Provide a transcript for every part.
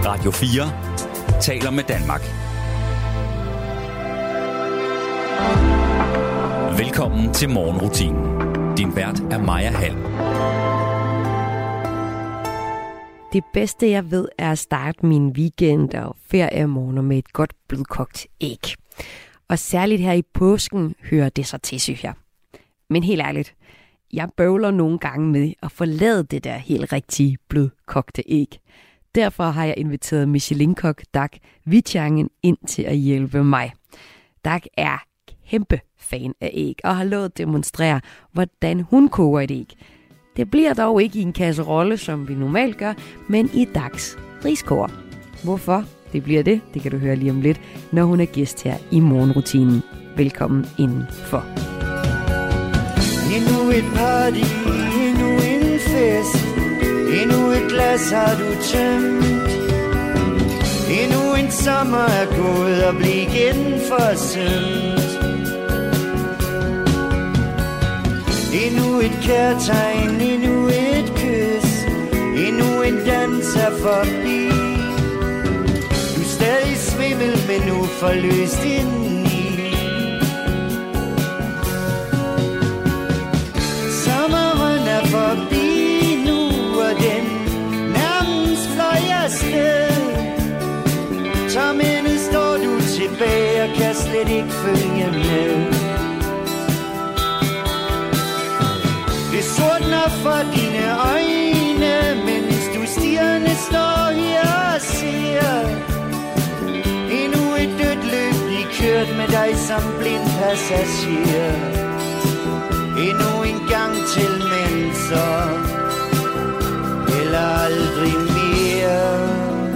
Radio 4 taler med Danmark. Velkommen til morgenrutinen. Din vært er Maja Hall. Det bedste, jeg ved, er at starte min weekend og feriemorgener med et godt blødkogt æg. Og særligt her i påsken hører det så til, synes jeg. Men helt ærligt, jeg bøvler nogle gange med at forlade det der helt rigtige blødkogte æg. Derfor har jeg inviteret Michelin-kok Dag Witjangen ind til at hjælpe mig. Dag er kæmpe fan af æg og har lovet at demonstrere, hvordan hun koger et æg. Det bliver dog ikke i en kasserolle, som vi normalt gør, men i Dags riskoger. Hvorfor det bliver det kan du høre lige om lidt, når hun er gæst her i morgenrutinen. Velkommen indenfor. Endnu et party, endnu en fest. Endnu et glas har du tømt. Endnu en sommer er gået og bliver igen forsømt. Endnu et kærtegn, endnu et kys. Endnu en dans er forbi. Du er stadig svimmel, men nu forløst indeni. Sommeren er forbi nu, og den nærmest fløj afsted. Tom ende står du tilbage og kan slet ikke følge med. Det sortner for dine øjne, mens du stirrende står her og ser. Endnu et dødt løb bliver kørt med dig som blind passager. Endnu en gang til, men så eller aldrig mere.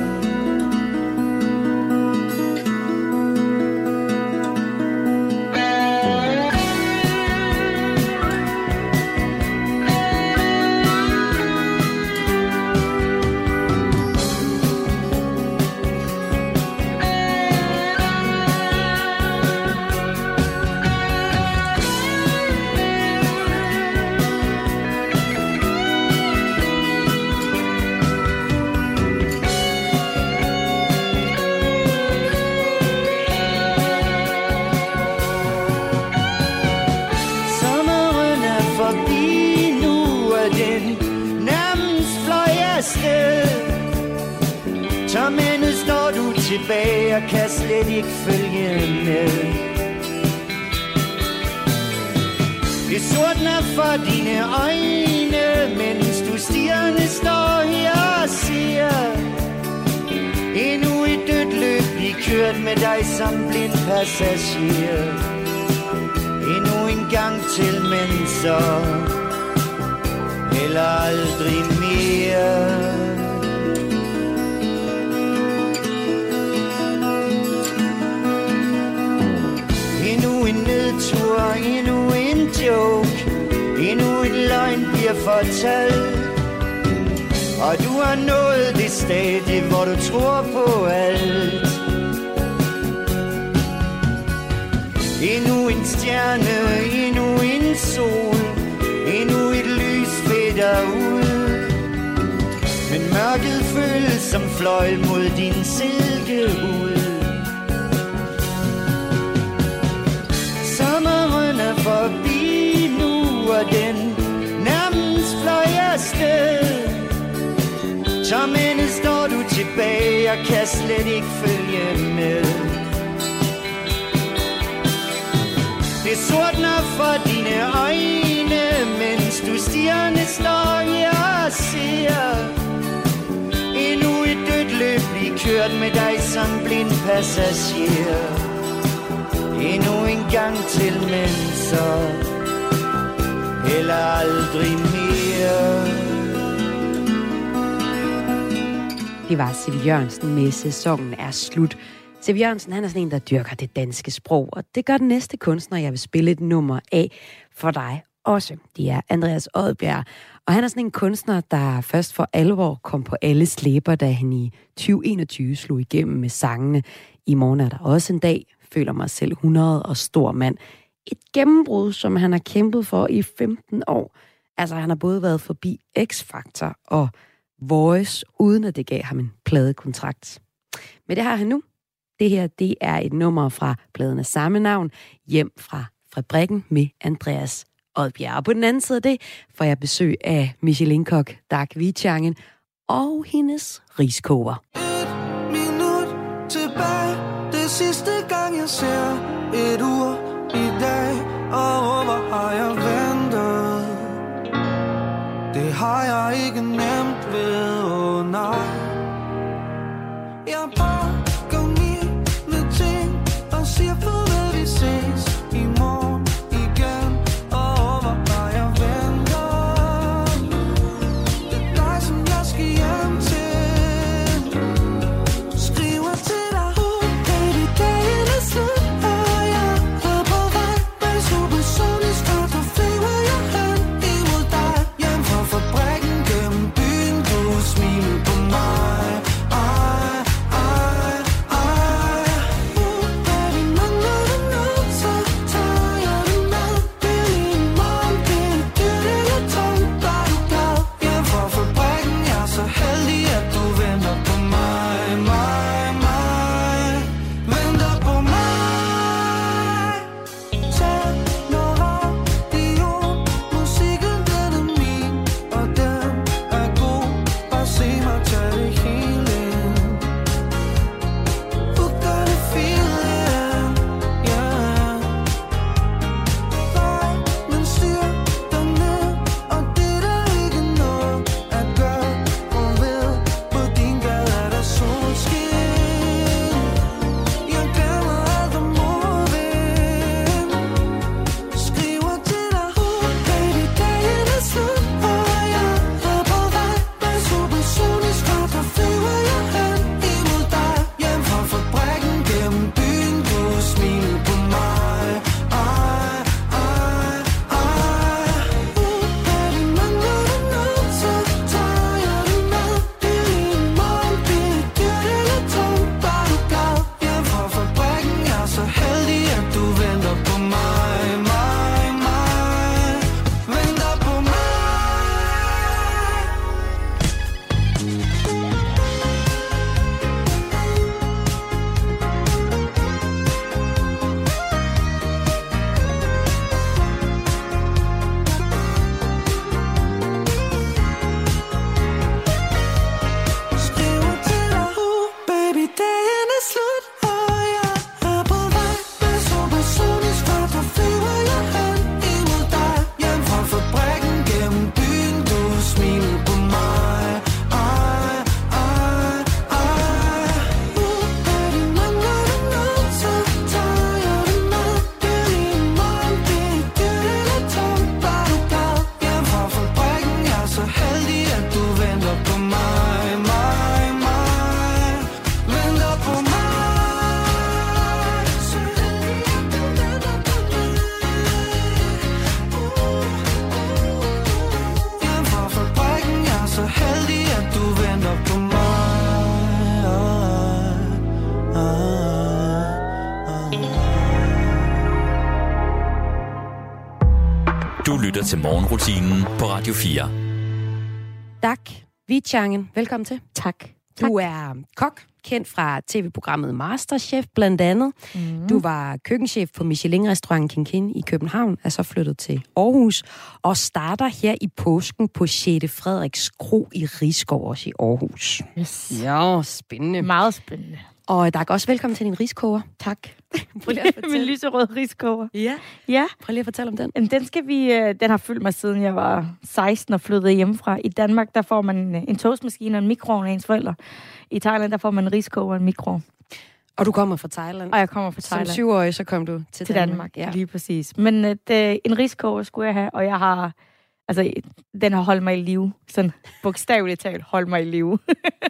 Tilbage og kan slet ikke følge med. Det sortner for dine øjne, mens du stirrende står her og ser. Endnu et dødt løb bliver kørt med dig som blind passager. Endnu en gang til, men så eller aldrig mere. Endnu en joke, endnu en løgn bliver fortalt. Og du har nået det stadie, hvor du tror på alt. Endnu en stjerne, endnu en sol, endnu et lys fætter ud. Men mørket føles som fløj mod din silkehud. Sommeren er forbi nu, og den nærmest fløj afsted. Som ende står du tilbage og kan slet ikke følge med. Det sortner for dine øjne, mens du stirrende står her og ser. Endnu et dødt løb bliver kørt med dig som blind passager. Endnu en gang til, men så eller aldrig mere. Det var C.V. Jørgensen med Sæsonen er slut. C.V. Jørgensen, han er sådan en, der dyrker det danske sprog, og det gør den næste kunstner, jeg vil spille et nummer af for dig også. Det er Andreas Odbjerg, og han er sådan en kunstner, der først for alvor kom på alles læber, da han i 2021 slog igennem med sangene I morgen er der også en dag, Føler mig selv 100 og Stor mand. Et gennembrud, som han har kæmpet for i 15 år. Altså, han har både været forbi X-Factor og Voice, uden at det gav ham en pladekontrakt. Men det har han nu. Det her, det er et nummer fra pladen af samme navn, Hjem fra fabrikken med Andreas Odbjerg. Og på den anden side af det får jeg besøg af Michelin-kok Dag Hvidtjangen og hendes riskoger. Et minut tilbage, det sidste gang jeg ser et ur i dag, og hvor har jeg ventet? Det har jeg ikke nemt ved, nej. Jeg bare går mine ting og siger farvel, vi ses i morgen igen, og hvor har jeg ventet? Det er dig, som jeg skal hjem til. Skriver til dig, baby, dagen er slut, og jeg er på vej med supersonisk fart, og flyver jeg hen imod dig. Hjem fra fabrikken gennem byen, du smiler på mig. Du lytter til morgenrutinen på Radio 4. Dag Hvidtjangen, velkommen til. Tak. Du er kok, kendt fra tv-programmet Masterchef blandt andet. Du var køkkenchef på Michelin-restaurant Kin Kin i København, er så flyttet til Aarhus, og starter her i påsken på 6. Frederiks Kro i Risskov, også i Aarhus. Yes. Ja, spændende. Meget spændende. Og Dag, også velkommen til din riskoger. Tak. Prøv lige at fortælle. Min lyserøde riskoger. Ja. Prøv lige at fortælle om den. Jamen, den har fyldt mig siden jeg var 16 og flyttede hjemmefra. I Danmark, der får man en toastmaskine og en mikroovn af ens forældre. I Thailand, der får man en riskoger og en mikroovn. Og du kommer fra Thailand? Og jeg kommer fra Thailand. Som 7-årig, så kom du til Danmark. Ja. Lige præcis. Men en riskoger skulle jeg have, og jeg har... Altså, den har holdt mig i live. Sådan bogstaveligt talt holdt mig i live.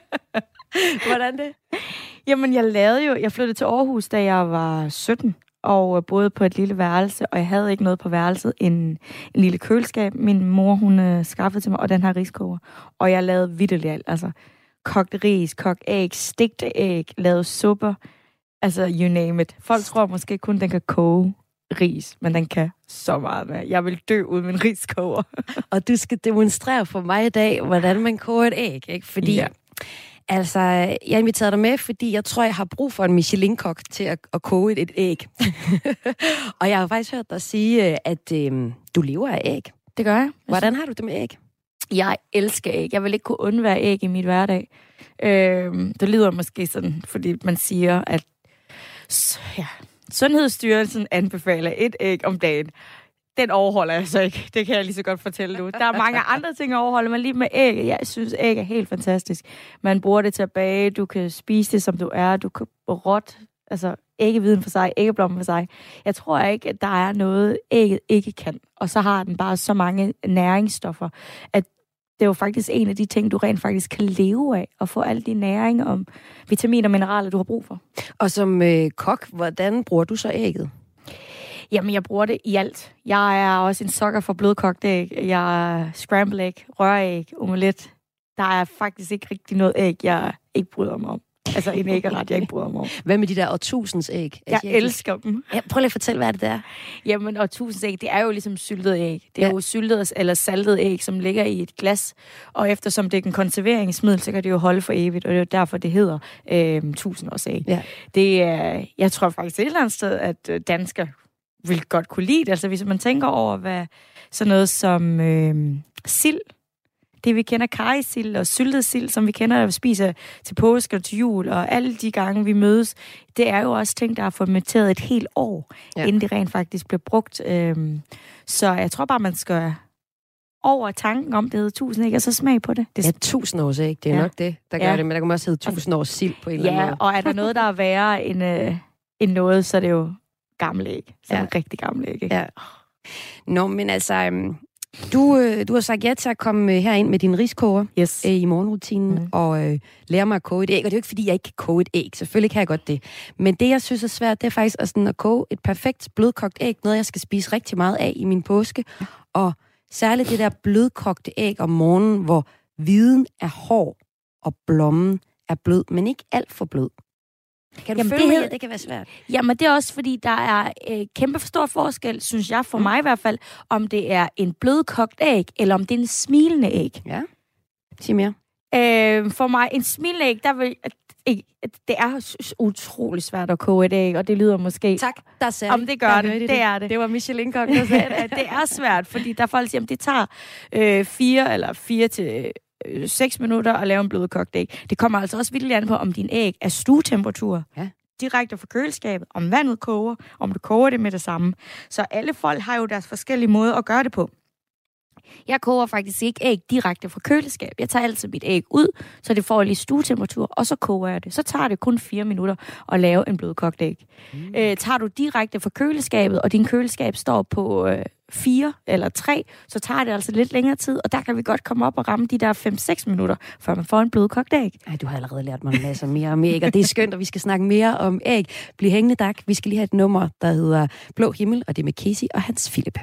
Hvordan det? Jamen, jeg flyttede til Aarhus, da jeg var 17, og boede på et lille værelse, og jeg havde ikke noget på værelset, en lille køleskab. Min mor, hun skaffede til mig, og den her riskoger. Og jeg lavede vitterligt alt, altså kogt ris, kogt æg, stegte æg, lavede supper, altså you name it. Folk tror måske kun, den kan koge. ris, men den kan så meget mere. Jeg vil dø uden min riskoger. Og du skal demonstrere for mig i dag, hvordan man koger et æg, ikke? Fordi, altså, jeg inviterede dig med, fordi jeg tror, jeg har brug for en Michelin-kok til at koge et æg. Og jeg har faktisk hørt dig sige, at du lever af æg. Det gør jeg. Hvordan har du det med æg? Jeg elsker æg. Jeg vil ikke kunne undvære æg i mit hverdag. Det lyder måske sådan, fordi man siger, at Sundhedsstyrelsen anbefaler 1 æg om dagen. Den overholder jeg så ikke. Det kan jeg lige så godt fortælle nu. Der er mange andre ting at overholde, men lige med æg. Jeg synes, æg er helt fantastisk. Man bruger det til at bage. Du kan spise det, som du er. Du kan råt. Altså, æggeviden for sig, æggeblommen for sig. Jeg tror ikke, at der er noget, ægget ikke kan. Og så har den bare så mange næringsstoffer, at det er jo faktisk en af de ting, du rent faktisk kan leve af, og få alle de næring og vitaminer og mineraler, du har brug for. Og som kok, hvordan bruger du så ægget? Jamen, jeg bruger det i alt. Jeg er også en sokker for blødkogt æg. Jeg er scramble æg, røræg, omelet. Der er faktisk ikke rigtig noget æg, jeg ikke bryder mig om. Altså en æggeret, jeg ikke bryder mig om. Hvad med de der årtusinds æg? Jeg elsker dem. Ja, prøv lige at fortælle, hvad det er. Jamen, årtusinds æg, det er jo ligesom syltet æg. Det er jo syltet eller saltet æg, som ligger i et glas. Og eftersom det er en konserveringsmiddel, så kan det jo holde for evigt. Og det er jo derfor, det hedder 1000-års æg. Ja. Det er, jeg tror faktisk et eller andet sted, at danskere vil godt kunne lide det. Altså hvis man tænker over, hvad sådan noget som sild, det vi kender karrysild og syltet sild, som vi kender, at vi spiser til påske og til jul, og alle de gange, vi mødes, det er jo også ting, der er fermenteret et helt år, inden det rent faktisk bliver brugt. Så jeg tror bare, man skal over tanken om, det hedder 1000 æg, og så smag på det. Ja, 1000 års æg, det er nok det, der gør det, men der kan man også hedde 1000 års sild på en eller anden måde. Ja, og er der noget, der er værre end noget, så er det jo gamle æg. Så er det rigtig gamle æg, ikke? Ja. Nå, men altså... Du har sagt ja til at komme herind med din riskoger i morgenrutinen og lære mig at koge et æg. Og det er jo ikke, fordi jeg ikke kan koge et æg. Selvfølgelig kan jeg godt det. Men det, jeg synes er svært, det er faktisk at koge et perfekt blødkogt æg. Noget, jeg skal spise rigtig meget af i min påske. Og særligt det der blødkogte æg om morgenen, hvor hviden er hård og blommen er blød, men ikke alt for blød. Kan du føle mig, at det kan være svært? Jamen, det er også, fordi der er kæmpe for stor forskel, synes jeg, for mig i hvert fald, om det er en blødkogt æg, eller om det er en smilende æg. Ja, sig mere. For mig, en smilende æg, der vil... Det er utrolig svært at koge et æg, og det lyder måske... Tak, der sagde om det gør det. Det er det. Det var Michelin-kokken, der sagde det. Det er svært, fordi der er folk, der siger, at det tager 4 til 6 minutter at lave en blødkogt æg. Det kommer altså også vildt an på, om din æg er stuetemperatur. Ja. Direkte fra køleskabet, om vandet koger, om du koger det med det samme. Så alle folk har jo deres forskellige måder at gøre det på. Jeg koger faktisk ikke æg direkte fra køleskab. Jeg tager altid mit æg ud, så det får lige stuetemperatur, og så koger jeg det. Så tager det kun 4 minutter at lave en blødkogt æg. Tager du direkte fra køleskabet, og din køleskab står på 4 eller 3, så tager det altså lidt længere tid, og der kan vi godt komme op og ramme de der 5-6 minutter, før man får en blødkogt æg. Ej, du har allerede lært mig en masse mere om æg, og det er skønt, og vi skal snakke mere om æg. Bliv hængende, Dag. Vi skal lige have et nummer, der hedder Blå Himmel, og det er med Casey og Hans Philip.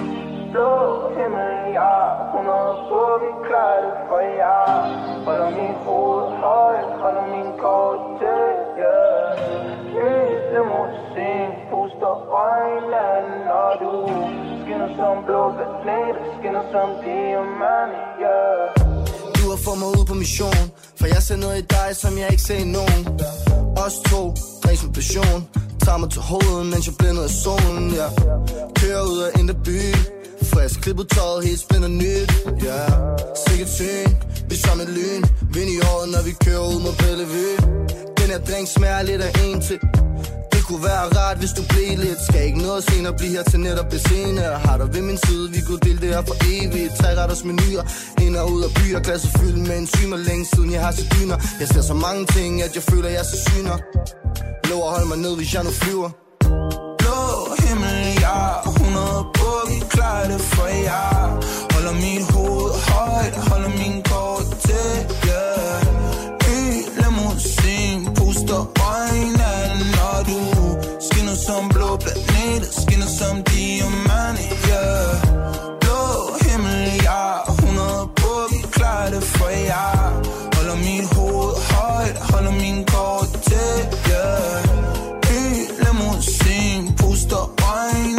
Blå himmel, ja, 100 på, vi klarer det for jer. Holder min hoved højt, holder min kort til, ja. Lille musik, puster øjnene, når du skinner som blå planet, skinner som diamant, ja. Du har fået mig ud på mission, for jeg ser noget i dig, som jeg ikke ser i nogen. Os to, drinks med passion, tager mig til hovedet, mens jeg blænder af solen, ja. Kører ud af indre by, frisk klippet tøjet, helt splinter nyt, ja. Sikkert syn, vi som et lyn, vind i håret, når vi kører ud mod Bellevue. Den her drink smager lidt af en til. Det kunne være rart, hvis du blev lidt. Skal ikke noget senere blive her til netop det senere. Har dig ved min side, vi kunne dele det her for evigt. 3 retters menuer, ind og ud af byer. Klasser fyldt med enzymer, længe siden jeg har set dyner. Jeg ser så mange ting, at jeg føler jeg så syner. Lov at holde mig ned, hvis jeg nu flyver. Blå himmel, ja, 100 på, vi klarer det for jer. Holder min hoved højt, holder min kort til, yeah. Hele musik, puster øjnene, når du skinner som blå planet, skinner som diamant, yeah. Blå himmel, ja, 100 på, vi klarer det for jer. Holder min hoved højt, holder min kort til, yeah. Hele musik, puster øjnene,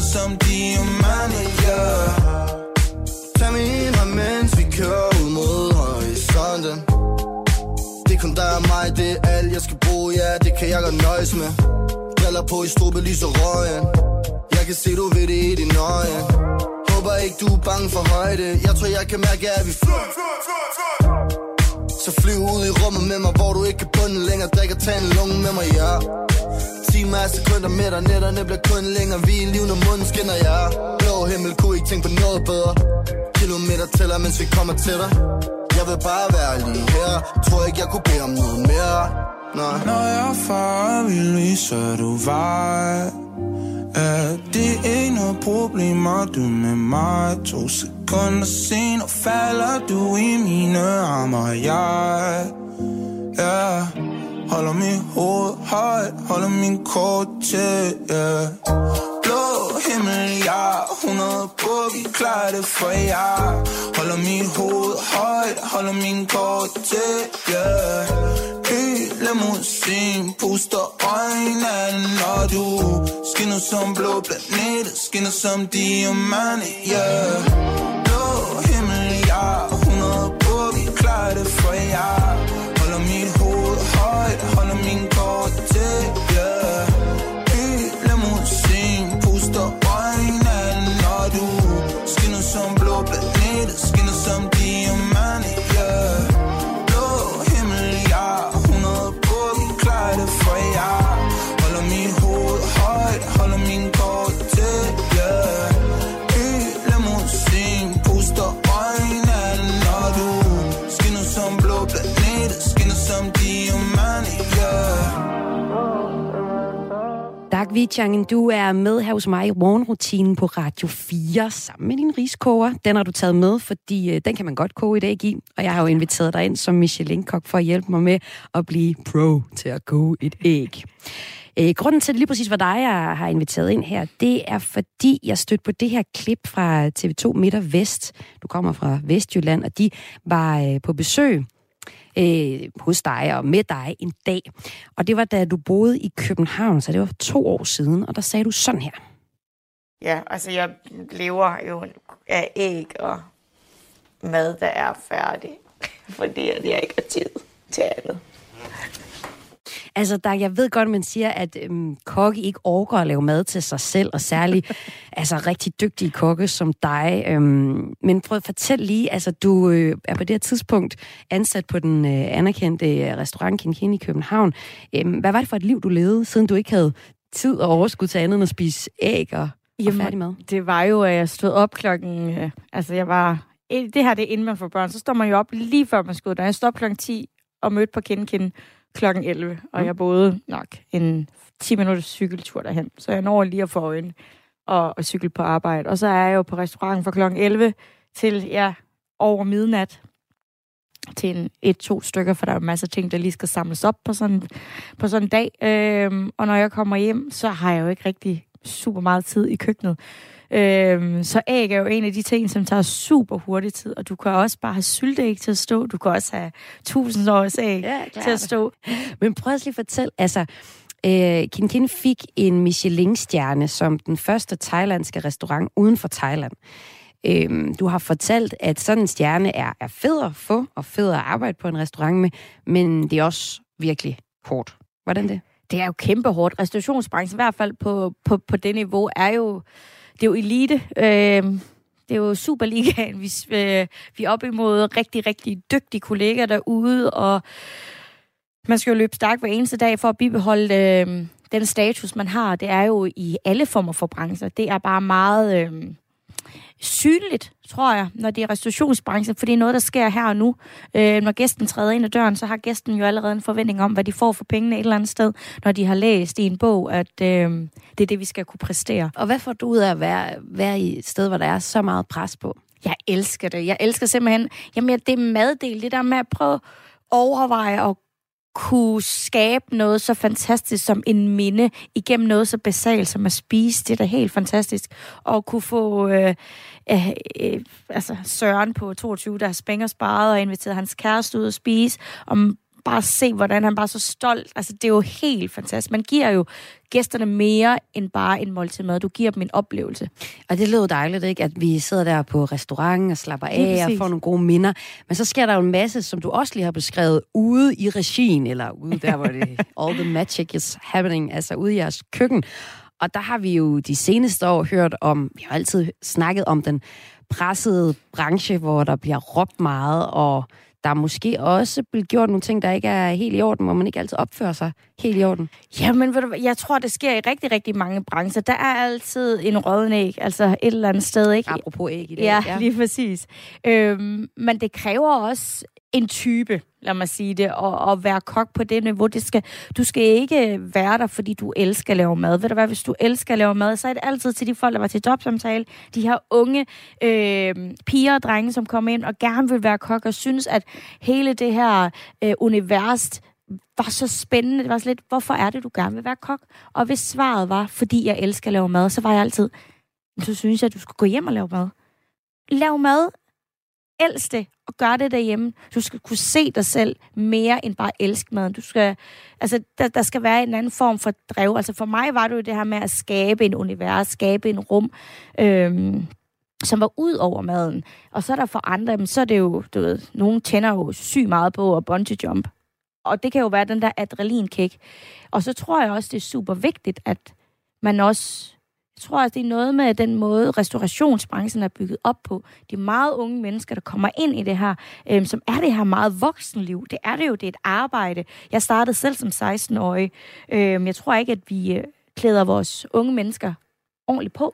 som diamante, yeah. Tag mig ind, mens vi kører ud mod horisonten. Det er kun dig og mig, det er alt jeg skal bruge, ja, det kan jeg godt nøjes med. Briller på i strube, lys og røgen. Jeg kan se, du ved det i dine øjne. Håber ikke, du er bange for højde. Jeg tror, jeg kan mærke, at vi flyver. Så flyv ud i rummet med mig, hvor du ikke kan bunde længere. Drik og tag en lunge med mig, ja. Timer af sekunder med dig, nætterne bliver kun længere. Vi er liv, når munden skinner, ja. Blå himmel, kunne ikke tænke på noget bedre. Kilometer tæller, mens vi kommer til dig. Jeg vil bare være lige her. Tror ikke, jeg kunne bede om noget mere. Nej. Når jeg farer, vil vise, du var. Det er ikke noget problem, og du med mig. 2 sekunder senere falder du i mine arme, jeg holder mit hoved højt, holder min kort til, Blå himmel, ja, 100 på, vi klarer det for jer. Holder mit hoved højt, holder min kort til, Hele musik puster øjnene, når du skinner som blå planet, skinner som diamante, Blå himmel, ja, 100 på, vi klarer det for jer. Holder mit hoved højt, holder min kort til, Hele musik puster øjnene, når du skinner som blå planet, skinner som diamante, Blå himmel, ja, 100 på, vi klarer det for jer. Holder mit hoved højt, holder min kort til, Hele musik puster øjnene, når du skinner som blå planet, skinner som diamante, Dag Vichang, du er med her hos mig i morgenrutinen på Radio 4 sammen med din riskoger. Den har du taget med, fordi den kan man godt koge et æg i. Og jeg har jo inviteret dig ind som Michelin-kok for at hjælpe mig med at blive pro til at koge et æg. Grunden til, at det lige præcis var dig, jeg har inviteret ind her, det er fordi, jeg stødte på det her klip fra TV2 Midt og Vest. Du kommer fra Vestjylland, og de var på besøg hos dig og med dig en dag. Og det var, da du boede i København, så det var 2 år siden, og der sagde du sådan her. Ja, altså jeg lever jo af æg og mad, der er færdig, fordi jeg ikke har tid til andet. Altså, Dag, jeg ved godt, man siger, at kokke ikke orker at lave mad til sig selv, og særligt altså, rigtig dygtige kokke som dig. Men prøv at fortælle lige, altså du er på det her tidspunkt ansat på den anerkendte restaurant Kin Kin i København. Hvad var det for et liv, du levede, siden du ikke havde tid og overskud til andet end at spise æg og færdig mad? Det var jo, at jeg stod op klokken... det her, det er inden man får børn. Så står man jo op lige før man skal ud. Jeg stod op klokken 10 og mødte på Kin Kin klokken 11, og jeg boede nok en 10 minutters cykeltur derhen. Så jeg når lige at få øjne og cykle på arbejde. Og så er jeg jo på restauranten fra klokken 11 til over midnat til 1-2 stykker, for der er jo masser af ting, der lige skal samles op på sådan en dag. Og når jeg kommer hjem, så har jeg jo ikke rigtig super meget tid i køkkenet. Så æg er jo en af de ting, som tager super hurtig tid, og du kan også bare have sylteæg til at stå. Du kan også have 1000 års æg til at stå. Men prøv at lige fortælle, altså Kin Kin fik en Michelin-stjerne som den første thailandske restaurant uden for Thailand. Du har fortalt, at sådan en stjerne er fed at få, og fed at arbejde på en restaurant med, men det er også virkelig hårdt. Hvordan det? Det er jo kæmpe hårdt. Restaurationsbranchen, i hvert fald på det niveau, det er jo elite. Det er jo Superligaen. Vi er op imod rigtig, rigtig dygtige kolleger derude, og man skal jo løbe stærkt hver eneste dag for at bibeholde den status, man har. Det er jo i alle former for brancher. Det er bare meget synligt, tror jeg, når det er restaurationsbranchen, for det er noget, der sker her og nu. Når gæsten træder ind ad døren, så har gæsten jo allerede en forventning om, hvad de får for pengene et eller andet sted, når de har læst i en bog, at det er det, vi skal kunne præstere. Og hvad får du ud af at være i et sted, hvor der er så meget pres på? Jeg elsker det. Jeg elsker simpelthen, det er maddel, det der med at prøve at overveje og kunne skabe noget så fantastisk som en minde igennem noget så basalt som at spise. Det er da helt fantastisk. Og kunne få Søren på 22, der har spænget og sparet og inviteret hans kæreste ud at spise, om bare se, hvordan han bare er så stolt. Altså, det er jo helt fantastisk. Man giver jo gæsterne mere end bare en måltid mad. Du giver dem en oplevelse. Og det lyder dejligt, ikke? At vi sidder der på restauranten og slapper af og får nogle gode minder. Men så sker der jo en masse, som du også lige har beskrevet, ude i regien, eller ude der, hvor det all the magic is happening, altså ude i jeres køkken. Og der har vi jo de seneste år hørt om, vi har altid snakket om den pressede branche, hvor der bliver råbt meget, og der er måske også blevet gjort nogle ting, der ikke er helt i orden, hvor man ikke altid opfører sig helt i orden. Jamen, jeg tror, det sker i rigtig, rigtig mange brancher. Der er altid en rådden æg, altså et eller andet sted, ikke? Apropos æg i dag. Ja, lige præcis. Men det kræver også en type, lad mig sige det, og være kok på det niveau. Du skal ikke være der, fordi du elsker at lave mad. Ved du hvad, hvis du elsker at lave mad, så er det altid til de folk, der var til jobsamtale, de her unge piger og drenge, som kommer ind og gerne vil være kok, og synes, at hele det her univers var så spændende. Det var så lidt, hvorfor er det, du gerne vil være kok? Og hvis svaret var, fordi jeg elsker at lave mad, så var jeg altid, så synes jeg, at du skulle gå hjem og lave mad. Lav mad, elsk det, og gør det derhjemme. Du skal kunne se dig selv mere end bare elske maden. Du skal, altså, der skal være en anden form for drev. Altså for mig var det jo det her med at skabe en univers, skabe en rum, som var ud over maden. Og så er der for andre, så er det jo, du ved, nogen tænder jo sygt meget på at bungee jump. Og det kan jo være den der adrenalinkick. Og så tror jeg også, det er super vigtigt, at man også... Jeg tror, at det er noget med den måde, restaurationsbranchen er bygget op på. De meget unge mennesker, der kommer ind i det her, som er det her meget voksenliv. Det er det jo, det er et arbejde. Jeg startede selv som 16-årig. Jeg tror ikke, at vi klæder vores unge mennesker ordentligt på.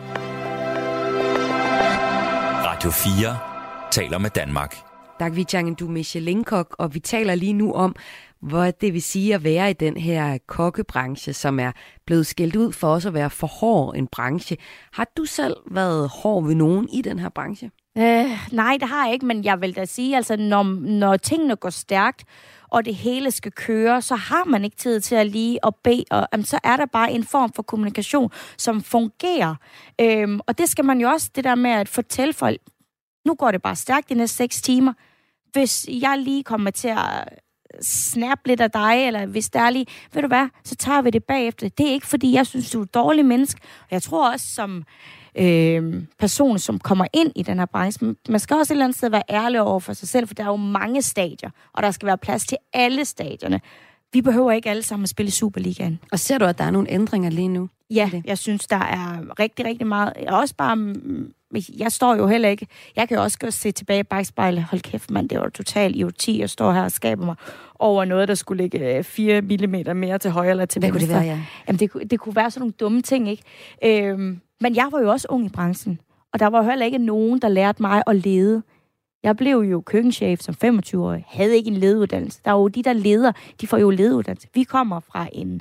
Radio 4 taler med Danmark. Dagvijang, du er Michelin-kok, og vi taler lige nu om, hvad det vil sige at være i den her kokkebranche, som er blevet skældt ud for også at være for hård en branche. Har du selv været hård ved nogen i den her branche? Nej, det har jeg ikke, men jeg vil da sige, altså når tingene går stærkt, og det hele skal køre, så har man ikke tid til at lige at bede, og så er der bare en form for kommunikation, som fungerer. Og det skal man jo også, det der med at fortælle folk, nu går det bare stærkt de næste 6 timer. Hvis jeg lige kommer til at snappe lidt af dig, eller hvis der er lige, ved du hvad, så tager vi det bagefter. Det er ikke, fordi jeg synes, du er et dårligt menneske. Og jeg tror også, som person, som kommer ind i den her branche, man skal også et eller andet sted være ærlig over for sig selv, for der er jo mange stadier, og der skal være plads til alle stadierne. Vi behøver ikke alle sammen at spille Superligaen. Og ser du, at der er nogle ændringer lige nu? Ja, jeg synes, der er rigtig, rigtig meget. Også bare, jeg står jo heller ikke, jeg kan jo også se tilbage i bagspejlet, hold kæft mand, det var totalt idioti, jeg står her og skaber mig over noget, der skulle ligge 4 mm mere til højre eller til venstre. Hvad kunne det være, ja? Jamen, det kunne være sådan nogle dumme ting, ikke? Men jeg var jo også ung i branchen, og der var heller ikke nogen, der lærte mig at lede. Jeg blev jo køkkenchef som 25-årig, havde ikke en ledeuddannelse. Der er jo de, der leder, de får jo ledeuddannelse. Vi kommer fra en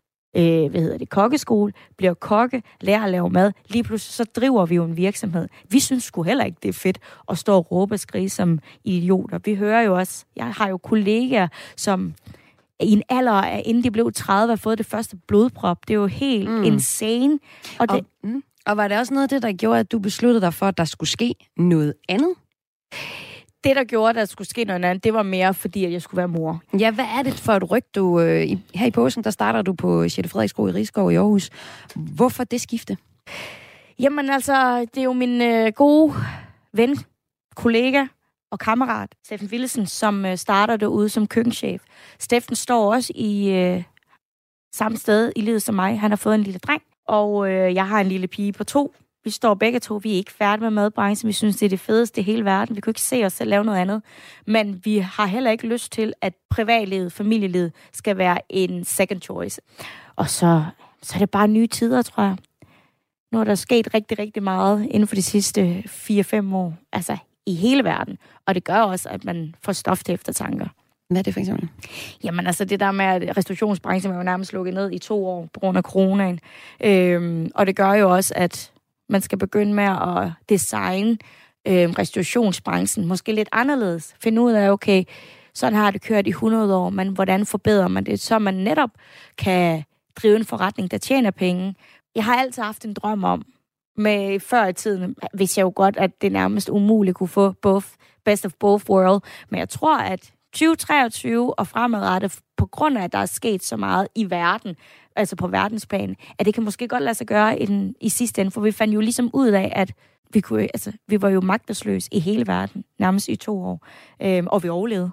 kokkeskole, bliver kokke, lærer at lave mad. Lige pludselig så driver vi jo en virksomhed. Vi synes sgu heller ikke, det er fedt at stå og råbe og skrige som idioter. Vi hører jo også, jeg har jo kollegaer, som i en alder af, inden de blev 30, har fået det første blodprop. Det er jo helt insane. Og var det også noget af det, der gjorde, at du besluttede dig for, at der skulle ske noget andet? Det, der gjorde, at der skulle ske noget andet, det var mere, fordi at jeg skulle være mor. Ja, hvad er det for et ryg, du... her i påsken, der starter du på Sjette Frederiksskole i Risskov i Aarhus. Hvorfor det skifte? Jamen altså, det er jo min gode ven, kollega og kammerat, Steffen Willesen, som starter derude som køkkenchef. Steffen står også i samme sted i livet som mig. Han har fået en lille dreng, og jeg har en lille pige på 2. Vi står begge to, vi er ikke færdige med madbranchen. Vi synes, det er det fedeste i hele verden. Vi kan ikke se os selv lave noget andet. Men vi har heller ikke lyst til, at privatlivet, familielivet skal være en second choice. Og så er det bare nye tider, tror jeg. Nu er der sket rigtig, rigtig meget inden for de sidste 4-5 år. Altså i hele verden. Og det gør også, at man får stof til eftertanker. Hvad er det for eksempel? Jamen altså det der med, at restaurationsbranchen er jo nærmest lukket ned i 2 år på grund af coronaen. Og det gør jo også, at man skal begynde med at designe restaurationsbranchen måske lidt anderledes. Finde ud af, okay, sådan har det kørt i 100 år, men hvordan forbedrer man det, så man netop kan drive en forretning, der tjener penge. Jeg har altid haft en drøm om, med før i tiden, hvis jeg jo godt, at det nærmest umuligt kunne få best of both world, men jeg tror, at 2023 og fremadrettet, på grund af, at der er sket så meget i verden, altså på verdensplan, at det kan måske godt lade sig gøre i sidste ende, for vi fandt jo ligesom ud af, at vi var jo magtesløse i hele verden, nærmest i 2 år, og vi overlevede.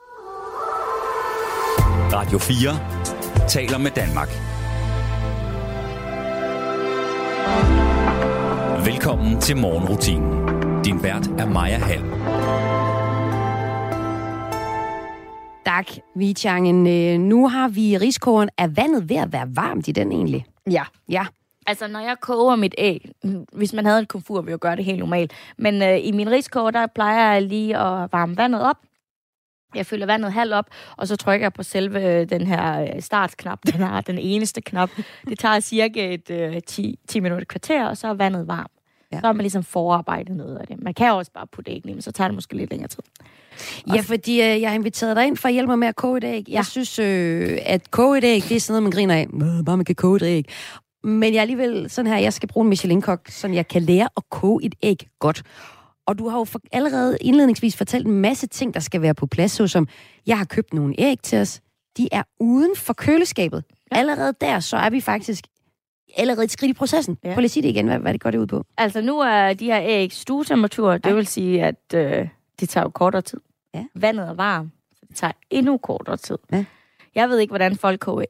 Radio 4 taler med Danmark. Velkommen til morgenrutinen. Din vært er Maja Hall. Tak, Vichangen. Nu har vi riskogeren. Er vandet ved at være varmt i den egentlig? Ja. Altså, når jeg koger mit æg, hvis man havde en komfur, ville jeg gøre det helt normalt. Men i min riskoger, der plejer jeg lige at varme vandet op. Jeg fylder vandet halvt op, og så trykker jeg på selve den her startknap. Den er den eneste knap. Det tager cirka et 10 minutter kvarter, og så er vandet varmt. Ja. Så har man ligesom forarbejdet noget af det. Man kan også bare putte æg i, men så tager det måske lidt længere tid. Ja, fordi jeg har inviteret dig ind for at hjælpe mig med at koge et æg. Jeg synes, at koge et æg, det er sådan noget, man griner af. Bare man kan koge et æg. Men jeg er alligevel sådan her, jeg skal bruge en Michelin-kok, så jeg kan lære at koge et æg godt. Og du har jo allerede indledningsvis fortalt en masse ting, der skal være på plads, såsom, jeg har købt nogle æg til os. De er uden for køleskabet. Ja. Allerede der, så er vi faktisk allerede et skridt i processen. Ja. Prøv lige at sige det igen, hvad det går det ud på. Altså nu er de her æg stuetemperatur, det vil sige, at det tager jo kortere tid. Ja. Vandet er varmt, så det tager endnu kortere tid. Ja. Jeg ved ikke, hvordan folk koger æg.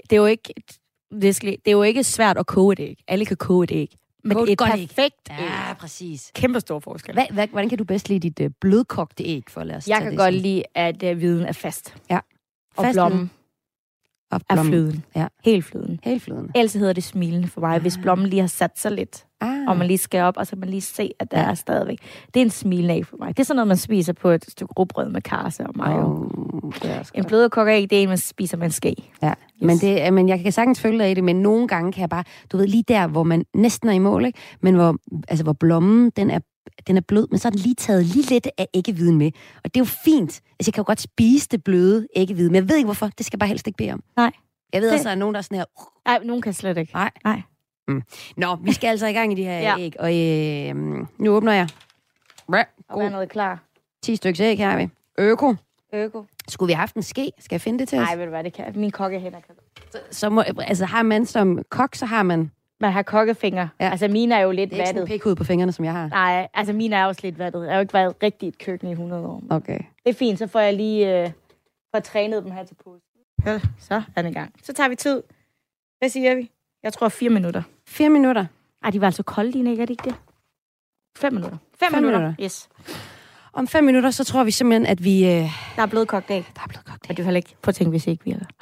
Det er jo ikke svært at koge et æg. Alle kan koge et æg. Men et perfekt æg. Ja, præcis. Kæmpe stor forskel. Hvordan kan du bedst lide dit blødkogte æg, for lad os Jeg kan godt lide, at viden er fast. Ja. Og blommen er fløden. Ja. Helt fløden. Ellers hedder det smilende for mig, hvis blommen lige har sat sig lidt. Og man lige skal op, og så man lige se, at der er stadigvæk. Det er en smilende æg for mig. Det er sådan noget, man spiser på et stykke rugbrød med karse og mayo. En blødkogteæg, det er en, man spiser med en ske. Ja, yes. men jeg kan sagtens følge dig i det, men nogle gange kan jeg bare, du ved, lige der, hvor man næsten er i mål, ikke? Men hvor blommen, den er blød, men så er den lige taget lige lidt af æggeviden med. Og det er jo fint. Altså, jeg kan jo godt spise det bløde æggevide, men jeg ved ikke, hvorfor. Det skal jeg bare helst ikke bede om. Nej. Jeg ved, at der er nogen, der er sådan her... Nej, nogen kan slet ikke. Nej. Nå, vi skal altså i gang i de her æg, og nu åbner jeg. Og vandet er klar. 10 stykker æg her har vi. Øko. Øko. Skulle vi have haft en ske? Skal jeg finde det til os? Nej, ved du hvad, det kan min kokkehænder kan. Så har man som kok, så har man... Man har kokkefingre. Ja. Altså, mine er jo lidt vattet. Det er ikke sådan pikhud på fingrene, som jeg har. Nej, altså mine er også lidt vattet. Jeg har jo ikke været rigtig et køkken i 100 år. Okay. Det er fint, så får jeg lige trænet dem her til påske. Ja, så er den i gang. Så tager vi tid. Hvad siger vi? Jeg tror 4 minutter. 4 minutter? Ej, de var altså kolde, dine, ikke? Er det ikke det? 5 minutter. 5 minutter. Yes. Om 5 minutter, så tror vi simpelthen, at vi... Der er blevet kogt æg. Og du har ikke på at tænke, hvis ikke virker.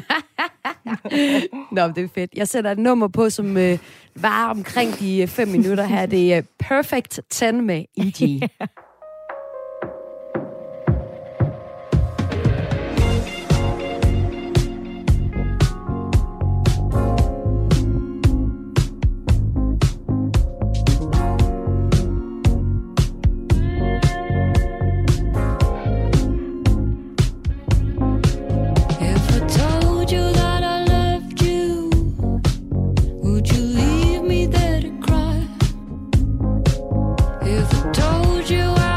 Nå, det er fedt. Jeg sætter et nummer på, som varer omkring de 5 minutter her. Det er Perfect 10 med E.G. Told you I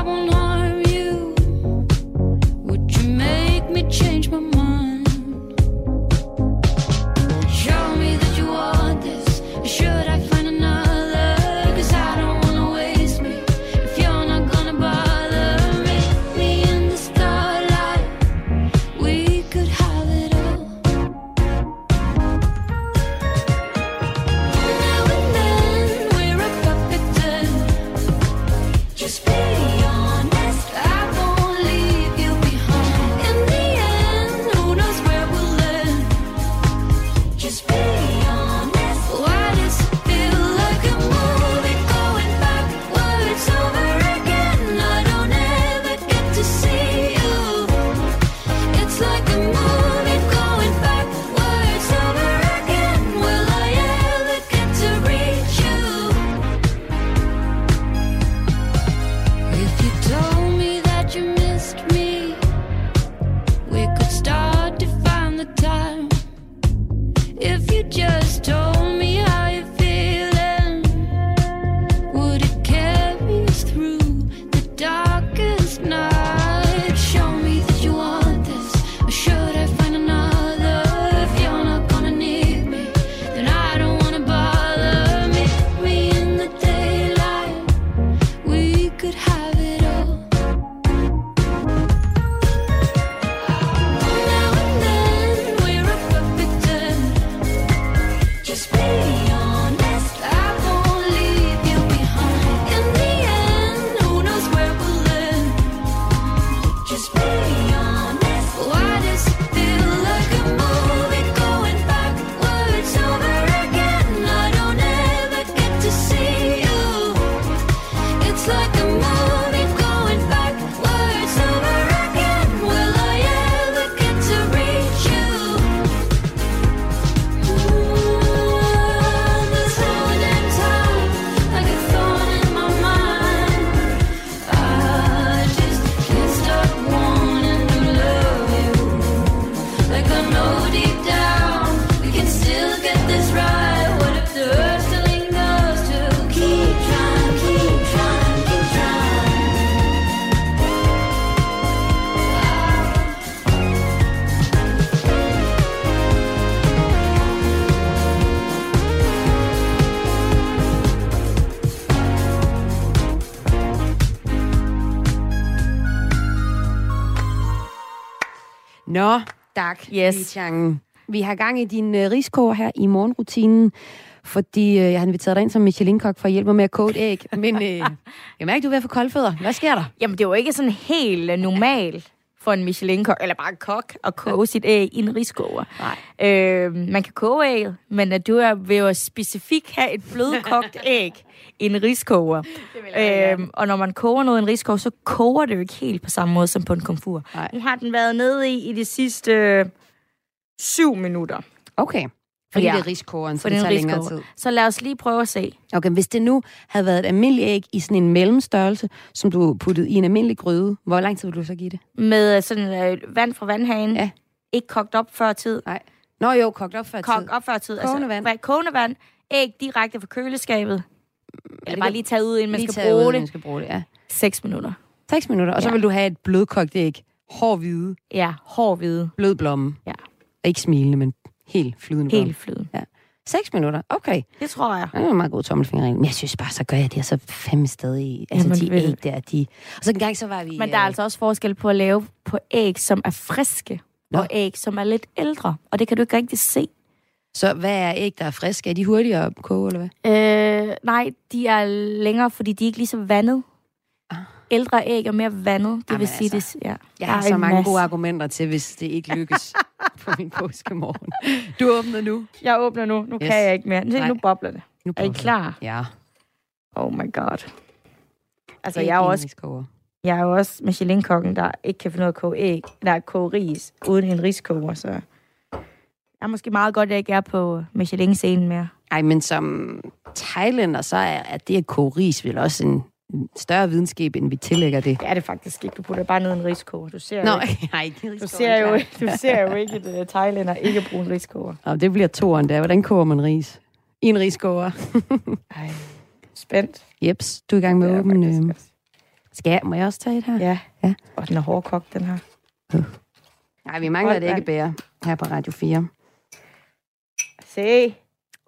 Nå, tak. Yes. Vi har gang i din riskoger her i morgenrutinen, fordi jeg har inviteret dig ind som Michelin-kok for at hjælpe mig med at koge et æg. Men jeg mærker, du er ved at få koldfødder. Hvad sker der? Jamen, det er jo ikke sådan helt normalt for en Michelin-kok, eller bare en kok, at koge sit æg i en riskoger. Nej. Man kan koge ægget, men du vil jo specifikt have et blødkogt æg i en riskoger. Og når man koger noget i en riskoger, så koger det jo ikke helt på samme måde som på en komfur. Nej. Nu har den været nede i de sidste 7 minutter. Okay. Fordi Ja. det er riskogeren, så For det den tager længere riskoger. tid. Så lad os lige prøve at se. Okay, hvis det nu havde været et almindeligt æg i sådan en mellemstørrelse, som du puttede i en almindelig gryde, hvor lang tid vil du så give det? Med sådan vand fra vandhanen. Ja. Ikke kogt op før tid. Nej. Nå jo, kogt op før tid. Kogt op før tid. Kogende vand. Kogende vand. Æg direkte fra køleskabet. Eller bare lige tage ud, inden man Lige skal taget ud, bruge inden det. man skal bruge det, ja. 6 minutter. 6 minutter, og så Ja. vil du have et blødkogt æg. Hård hvide, Ja, hård hvide. blød blomme. Ja. Ikke smilende, men helt flydende blomme. Helt flydende. 6 minutter, okay. Det tror jeg. Det er en meget god tommelfingerregel. Men jeg synes bare, så gør jeg det, og så fandme stadig. Altså, Jamen, de vel. æg der, de... Og så en gang, så var vi... Men der er altså også forskel på at lave på æg, som er friske, og æg, som er lidt ældre. Og det kan du ikke rigtig se. Så hvad er æg, der er friske? Er de hurtigere at koge, eller hvad? Nej, de er længere, fordi de er ikke lige så vandet. Ældre æg er mere vandet. Det Jamen vil sige, altså, det... Ja. Jeg har så mange gode argumenter til, hvis det ikke lykkes på min påskemorgen. Du åbner nu. Jeg åbner nu. Nu Yes. kan jeg ikke mere. Nej. Nu bobler det. Nu Er I prøver vi. klar? Ja. Oh my god. Altså, Æg jeg er i en også riskoger. Jeg er jo også Michelin-kokken, der ikke kan finde ud af at koge æg, eller at koge ris, uden en riskoger, så jeg er måske meget godt, at jeg ikke er på Michelin-scenen mere. Ej, men som thailænder, så er det at koge ris vel også en større videnskab, end vi tillægger det. Det er det faktisk ikke. Du putter bare ned i en riskoger. Du ser Nå, jo ikke, nej, ikke riskoger. du ser jo ikke et thailænder ikke bruge en riskoger. Og det bliver toeren der. Hvordan koger man ris? I en riskoger. Ej, spændt. Jeps, du er i gang med Det at er åbne. faktisk også. Må jeg også tage et her? Ja. Ja. Og den er hårdkogt, den her. Nej, vi mangler et Hold da. æggebær her på Radio 4. Se.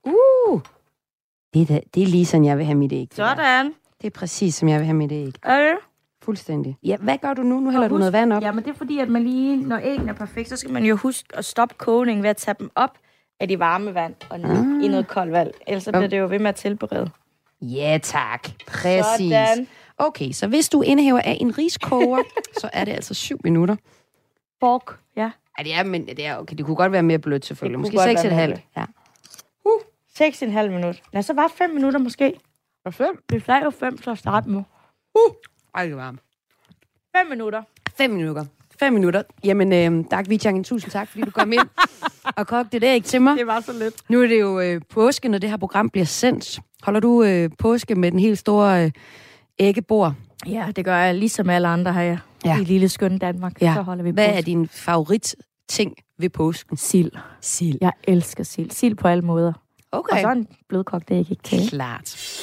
Det er lige sådan, jeg vil have mit æg. Det der. Sådan. Det er præcis, som jeg vil have mit æg. Er det? Fuldstændig. Ja, hvad gør du nu? Nu hælder du noget vand op. Ja, men det er fordi, at man lige, når æggene er perfekt, så skal man jo huske at stoppe kogningen ved at tage dem op af de varme vand og ned i noget koldt vand. Ellers så bliver det jo ved med at tilberede. Ja, tak. Præcis. Sådan. Okay, så hvis du indhæver af en riskoger, så er det altså 7 minutter. Fork, ja. Ja, det er, men det er okay. Det kunne godt være mere blødt, selvfølgelig. Det Måske kunne godt være 6,5. mere Ja. 6,5 minutter. Lad så bare 5 minutter måske. Og 5? Det er jo 5 til at starte med. Ej, det er varmt. 5 minutter. 5 minutter. 5 minutter. Jamen, Dag Vichang, tusind tak, fordi du kom ind og kogte det æg til mig. Det var så lidt. Nu er det jo påske, når det her program bliver sendt. Holder du påske med den helt store æggebord? Ja, det gør jeg ligesom alle andre her Ja. i lille skønne Danmark. Ja. Så holder vi Hvad påske. er din favoritting ved påsken? Sild. Sild. Jeg elsker sild. Sild på alle måder. Okay. Og så en blødkogt æg, ikke til. Klart.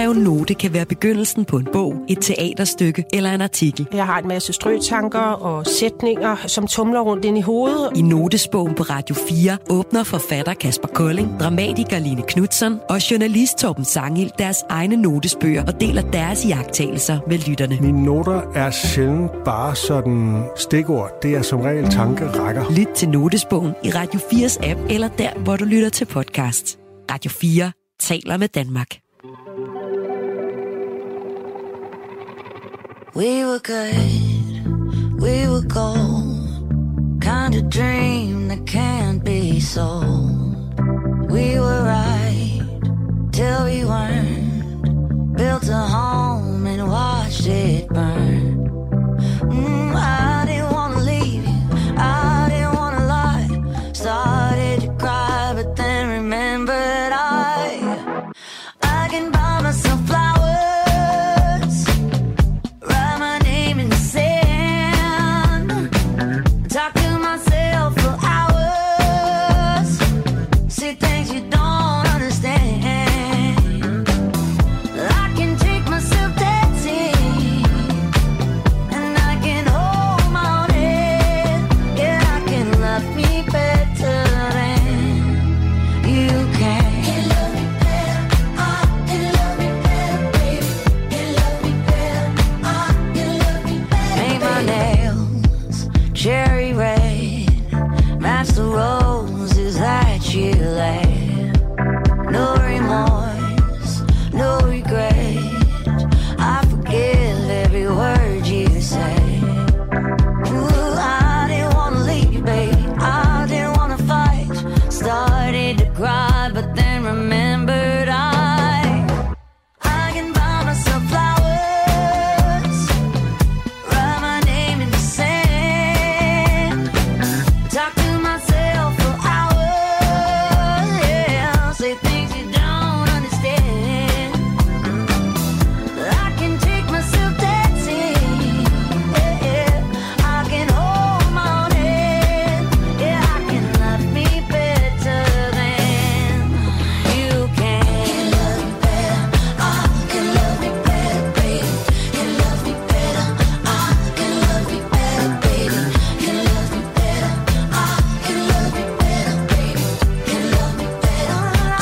skreven note kan være begyndelsen på en bog, et teaterstykke eller en artikel. Jeg har en masse strøtanker og sætninger, som tumler rundt ind i hovedet. I notesbogen på Radio 4 åbner forfatter Kasper Kolding, dramatiker Line Knudsen og journalist Torben Sanghild deres egne notesbøger og deler deres iagttagelser med lytterne. Mine noter er sjældent bare sådan stikord. Det er som regel tankerækker. Lyt til notesbogen i Radio 4's app eller der, hvor du lytter til podcast. Radio 4 taler med Danmark. We were good, we were gold, kind of dream that can't be sold. We were right till we weren't, built a home and watched it burn. I didn't want to leave you, I didn't want to lie, started to cry but then remembered I can buy myself flowers, write my name in the sand, talk to myself for hours, see things you don't understand. I can take myself dancing, and I can hold my own head. Yeah, I can love me better than you can. Cherry red, match the roses that you laid. No remorse, no regret, I forgive every word you say. Ooh, I didn't want to leave you, baby, I didn't want to fight. Started to cry, but then remembered I can buy myself flowers, write my name in the sand, talk to myself for hours, yeah, say things you don't understand. I can take myself dancing, yeah, I can hold my own head, yeah, I can love me better than you can. Can love me better, I can love me better, baby. Can love me better, I can love me better, baby. Can love me better, I can love me better, baby. Can love me better,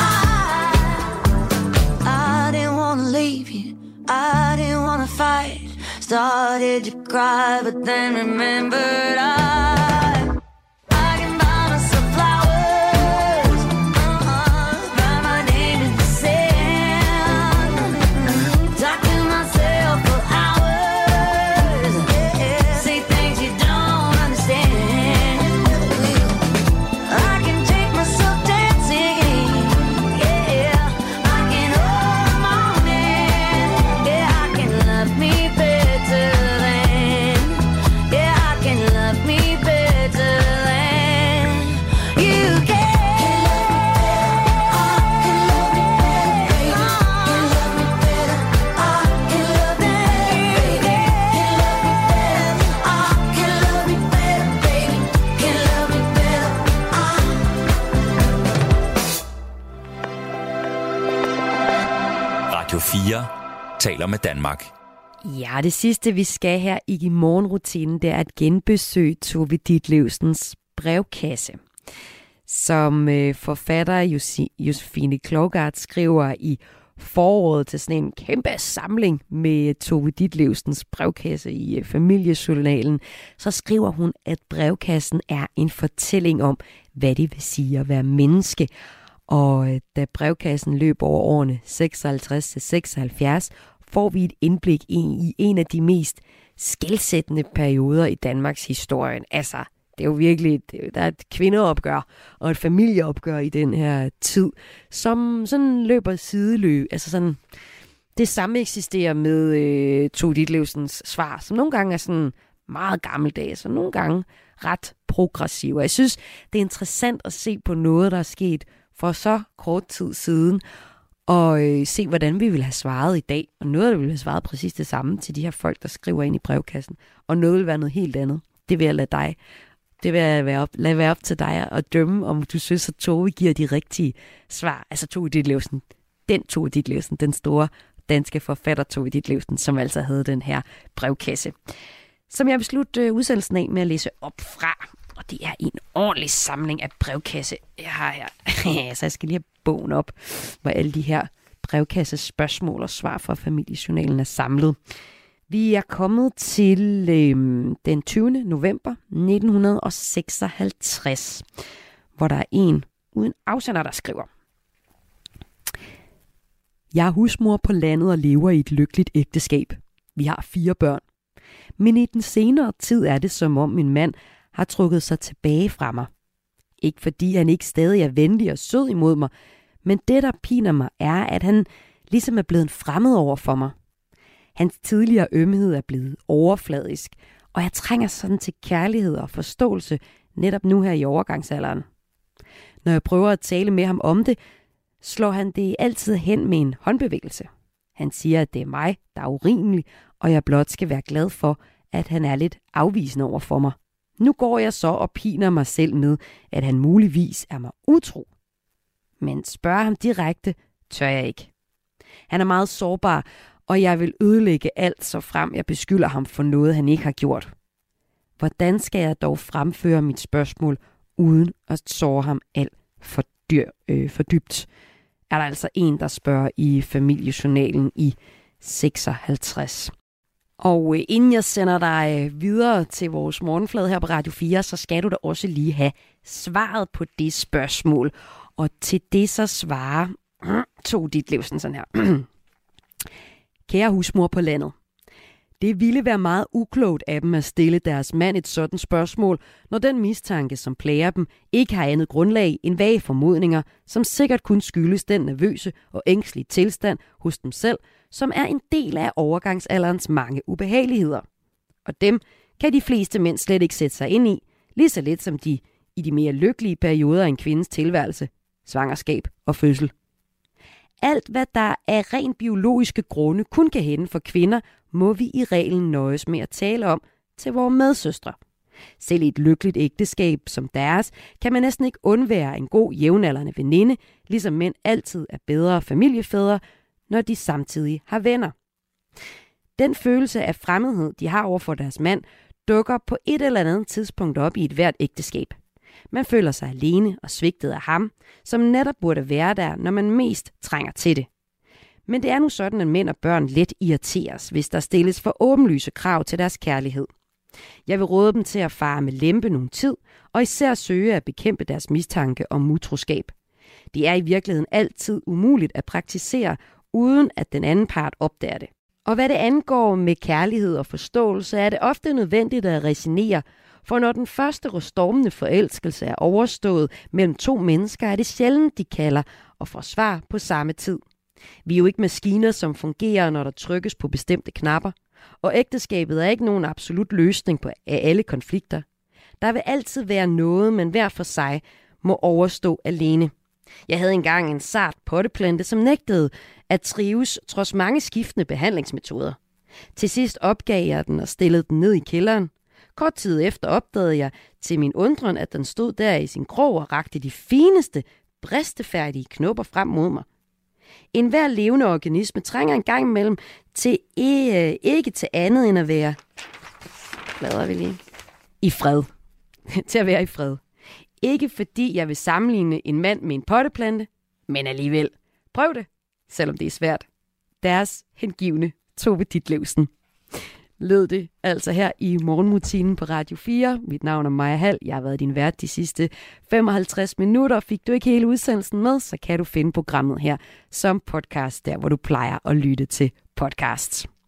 I didn't want to leave you, I didn't want to fight. Started to cry, but then remembered I can buy myself flowers, write my name in the sand, talk to myself for hours, yeah, say things you don't understand. I can take myself dancing, yeah, I can hold my own hand, yeah, I can love me better than, yeah, I can love me better than you can. Radio 4 taler med Danmark. Ja, det sidste vi skal her i morgenrutinen, det er at genbesøge Tove Ditlevsens brevkasse. Som forfatter Josefine Klougart skriver i foråret til sådan en kæmpe samling med Tove Ditlevsens brevkasse i familiejournalen, så skriver hun, at brevkassen er en fortælling om, hvad det vil sige at være menneske. Og da brevkassen løb over årene 56 til 76, får vi et indblik i en af de mest skelsættende perioder i Danmarks historie. Altså, det er jo virkelig, der er et kvindeopgør og et familieopgør i den her tid, som sådan løber sideløb. Altså sådan, det samme eksisterer med Tove Ditlevsens svar, som nogle gange er sådan meget gammeldags, og nogle gange ret progressiv. Og jeg synes, det er interessant at se på noget, der er sket for så kort tid siden, og se, hvordan vi ville have svaret i dag. Og noget, der ville have svaret præcis det samme til de her folk, der skriver ind i brevkassen. Og noget vil være noget helt andet. Det vil jeg lade være op til dig at dømme, om du synes, at Tove giver de rigtige svar. Altså Tove Ditlevsen, den store danske forfatter Tove Ditlevsen, som altså havde den her brevkasse, som jeg vil slutte udsendelsen af med at læse op fra. Og det er en ordentlig samling af brevkasse, jeg har her. Så jeg skal lige have bogen op, hvor alle de her brevkasses spørgsmål og svar fra familiejournalen er samlet. Vi er kommet til den 20. november 1956, hvor der er en uden afsender, der skriver: Jeg er husmor på landet og lever i et lykkeligt ægteskab. Vi har 4 børn. Men i den senere tid er det, som om min mand har trukket sig tilbage fra mig. Ikke fordi han ikke stadig er venlig og sød imod mig, men det, der piner mig, er, at han ligesom er blevet en fremmed over for mig. Hans tidligere ømhed er blevet overfladisk, og jeg trænger sådan til kærlighed og forståelse netop nu her i overgangsalderen. Når jeg prøver at tale med ham om det, slår han det altid hen med en håndbevægelse. Han siger, at det er mig, der er urimelig, og jeg blot skal være glad for, at han er lidt afvisende over for mig. Nu går jeg så og piner mig selv med, at han muligvis er mig utro. Men spørger ham direkte, tør jeg ikke. Han er meget sårbar, og jeg vil ødelægge alt, så frem jeg beskylder ham for noget, han ikke har gjort. Hvordan skal jeg dog fremføre mit spørgsmål, uden at såre ham alt for dybt? Er der altså en, der spørger i familiejournalen i 56. Og inden jeg sender dig videre til vores morgenflade her på Radio 4, så skal du da også lige have svaret på det spørgsmål. Og til det så svarer Tove Ditlevsen sådan her. Kære husmor på landet. Det ville være meget uklogt af dem at stille deres mand et sådan spørgsmål, når den mistanke, som plager dem, ikke har andet grundlag end vage formodninger, som sikkert kun skyldes den nervøse og ængstlige tilstand hos dem selv, som er en del af overgangsalderens mange ubehageligheder. Og dem kan de fleste mænd slet ikke sætte sig ind i, lige så lidt som de i de mere lykkelige perioder af en kvindes tilværelse, svangerskab og fødsel. Alt, hvad der af rent biologiske grunde kun kan hænde for kvinder, må vi i reglen nøjes med at tale om til vores medsøstre. Selv i et lykkeligt ægteskab som deres, kan man næsten ikke undvære en god jævnaldrende veninde, ligesom mænd altid er bedre familiefædre, når de samtidig har venner. Den følelse af fremmedhed, de har over for deres mand, dukker på et eller andet tidspunkt op i et hvert ægteskab. Man føler sig alene og svigtet af ham, som netop burde være der, når man mest trænger til det. Men det er nu sådan, at mænd og børn let irriteres, hvis der stilles for åbenlyse krav til deres kærlighed. Jeg vil råde dem til at fare med lempe nogen tid, og især søge at bekæmpe deres mistanke om utroskab. Det er i virkeligheden altid umuligt at praktisere, uden at den anden part opdager det. Og hvad det angår med kærlighed og forståelse, er det ofte nødvendigt at resignere, for når den første stormende forelskelse er overstået mellem 2 mennesker, er det sjældent, de kalder og får svar på samme tid. Vi er jo ikke maskiner, som fungerer, når der trykkes på bestemte knapper, og ægteskabet er ikke nogen absolut løsning af alle konflikter. Der vil altid være noget, man hver for sig må overstå alene. Jeg havde engang en sart potteplante, som nægtede at trives trods mange skiftende behandlingsmetoder. Til sidst opgav jeg den og stillede den ned i kælderen. Kort tid efter opdagede jeg til min undren, at den stod der i sin krog og rakte de fineste, bristefærdige knopper frem mod mig. En hver levende organisme trænger en gang imellem til ikke til andet end at være i fred. Til at være i fred. Ikke fordi jeg vil sammenligne en mand med en potteplante, men alligevel. Prøv det, selvom det er svært. Deres hengivne Tove Ditlevsen. Lød det altså her i morgenrutinen på Radio 4. Mit navn er Maja Hall. Jeg har været din vært de sidste 55 minutter. Fik du ikke hele udsendelsen med, så kan du finde programmet her som podcast, der hvor du plejer at lytte til podcasts.